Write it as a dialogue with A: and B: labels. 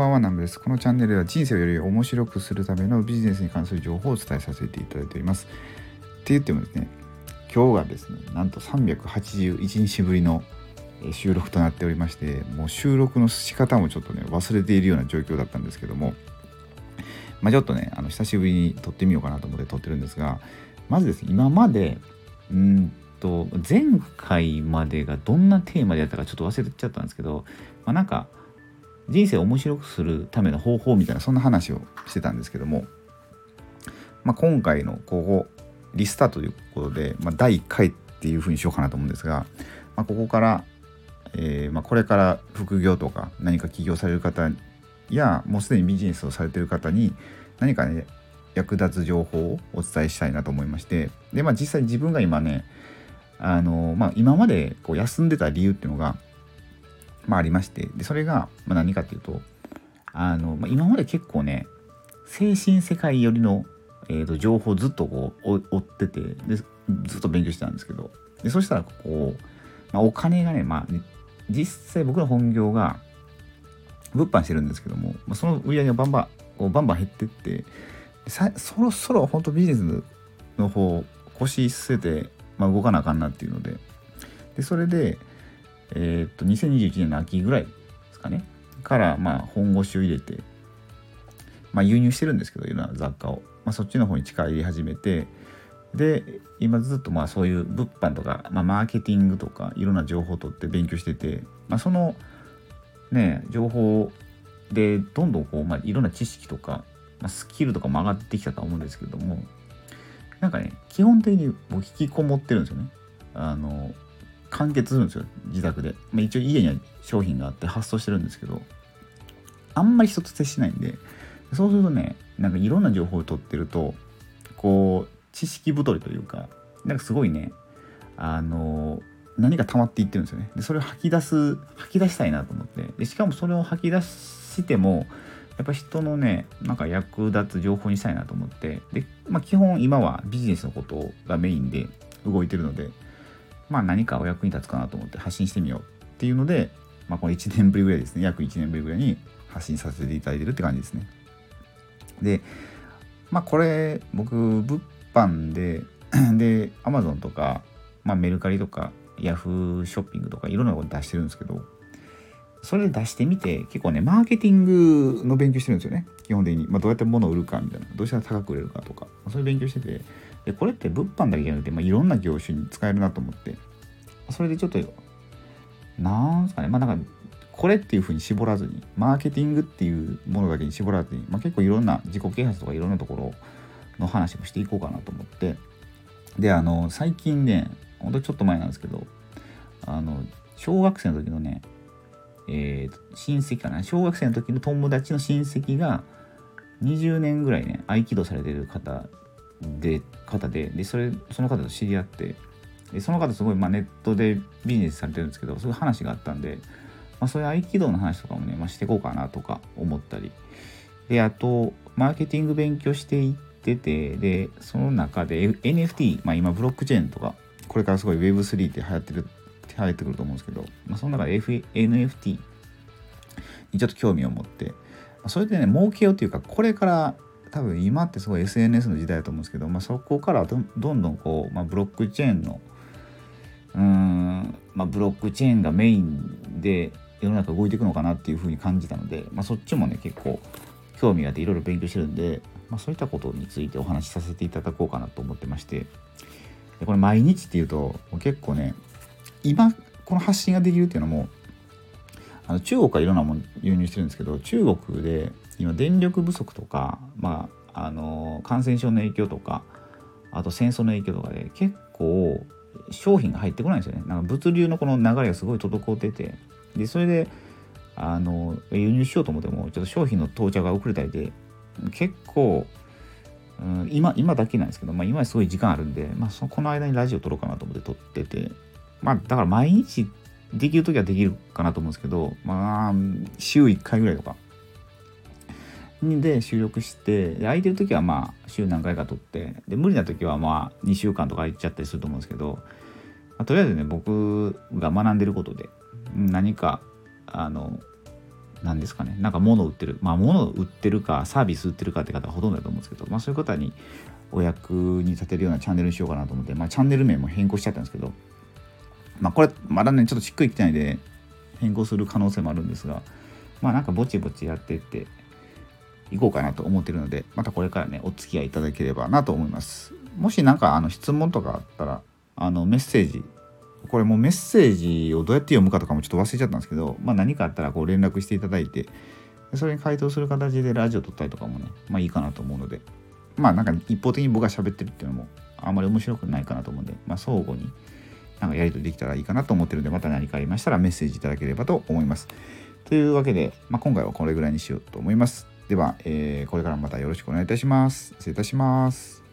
A: ばんは、南部です。このチャンネルでは人生をより面白くするためのビジネスに関する情報をお伝えさせていただいております。って言ってもですね、今日がですね、なんと381日ぶりの収録となっておりまして、もう収録の仕方もちょっとね、忘れているような状況だったんですけども、ちょっとね、久しぶりに撮ってみようかなと思って撮ってるんですが、まずですね、今まで、前回までがどんなテーマでやったかちょっと忘れちゃったんですけど、なんか人生を面白くするための方法みたいなそんな話をしてたんですけども、今回のここリスタートということで、第1回っていう風にしようかなと思うんですが、ここから、これから副業とか何か起業される方やもうすでにビジネスをされている方に何かね役立つ情報をお伝えしたいなと思いまして、で実際自分が今ね今までこう休んでた理由っていうのがありまして、でそれが何かっていうと今まで結構ね精神世界寄りの、情報をずっとこう追ってて、でずっと勉強してたんですけど、でそしたらこう、お金がね実際僕の本業が物販してるんですけども、その売り上げがバンバン減ってって、そろそろ本当ビジネスの方腰据えて、動かなあかんなっていうので、それで2021年の秋ぐらいですかねから本腰を入れて、輸入してるんですけどいろんな雑貨を、そっちの方に力入れ始めて、で今ずっとそういう物販とか、マーケティングとかいろんな情報を取って勉強してて、そのね情報でどんどんこう、いろんな知識とか、スキルとかも上がってきたと思うんですけども、基本的にもう引きこもってるんですよね。完結するんですよ自宅で、一応家には商品があって発送してるんですけど、あんまり人と接しないんで、そうするとねいろんな情報を取ってるとこう知識太りというか、すごいね何か溜まっていってるんですよね。でそれを吐き出したいなと思って、でしかもそれを吐き出してもやっぱ人のね役立つ情報にしたいなと思って、で、基本今はビジネスのことがメインで動いてるので、何かお役に立つかなと思って発信してみようっていうので、この1年ぶりぐらいですね、約1年ぶりぐらいに発信させていただいてるって感じですね。でこれ僕物販でAmazon とか、メルカリとかヤフーショッピングとかいろんなこと出してるんですけど、それで出してみて結構ねマーケティングの勉強してるんですよね基本的に。どうやって物を売るかみたいな、どうしたら高く売れるかとか、そういう勉強してて、でこれって物販だけじゃなくて、いろんな業種に使えるなと思って、それでちょっとなんですかね、これっていう風に絞らずに、マーケティングっていうものだけに絞らずに、結構いろんな自己啓発とかいろんなところの話もしていこうかなと思って、で最近ねほんとちょっと前なんですけど、小学生の時のね親戚かな、小学生の時の友達の親戚が20年ぐらいね合気道されてる方でその方と知り合って、でその方すごいネットでビジネスされてるんですけど、そういう話があったんで、そういう合気道の話とかもね、していこうかなとか思ったり、であとマーケティング勉強していってて、でその中で NFT、今ブロックチェーンとかこれからすごい Web3 って流行ってくると思うんですけど、その中で NFT にちょっと興味を持って、それでね儲けようというか、これから多分今ってすごい SNS の時代だと思うんですけど、そこからどんどんこう、ブロックチェーンのブロックチェーンがメインで世の中動いていくのかなっていう風に感じたので、そっちもね結構興味があっていろいろ勉強してるんで、そういったことについてお話しさせていただこうかなと思ってまして、でこれ毎日っていうと結構ね今この発信ができるっていうのも中国はいろんなもの輸入してるんですけど、中国で今電力不足とか、感染症の影響とか、あと戦争の影響とかで結構商品が入ってこないんですよね。物流のこの流れがすごい滞ってて、でそれで輸入しようと思ってもちょっと商品の到着が遅れたりで結構、今だけなんですけど、今すごい時間あるんで、この間にラジオ撮ろうかなと思って撮ってて、だから毎日できるときはできるかなと思うんですけど、週1回ぐらいとかで収録して、空いてるときは週何回か撮って、で無理なときは2週間とか空いちゃったりすると思うんですけど、とりあえずね僕が学んでることで何か何ですかね、なんか物を売ってる、物を売ってるかサービス売ってるかって方がほとんどだと思うんですけど、そういう方にお役に立てるようなチャンネルにしようかなと思って、チャンネル名も変更しちゃったんですけど、これまだねちょっとしっくりきてないで変更する可能性もあるんですが、なんかぼちぼちやっていっていこうかなと思ってるので、またこれからねお付き合いいただければなと思います。もしなんか質問とかあったらメッセージ、これもうメッセージをどうやって読むかとかもちょっと忘れちゃったんですけど、何かあったらこう連絡していただいて、それに回答する形でラジオ撮ったりとかもねいいかなと思うので、なんか一方的に僕が喋ってるっていうのもあんまり面白くないかなと思うんで、相互になんかやり取りできたらいいかなと思ってるので、また何かありましたらメッセージいただければと思います。というわけで、今回はこれぐらいにしようと思います。では、これからもまたよろしくお願いいたします。失礼いたします。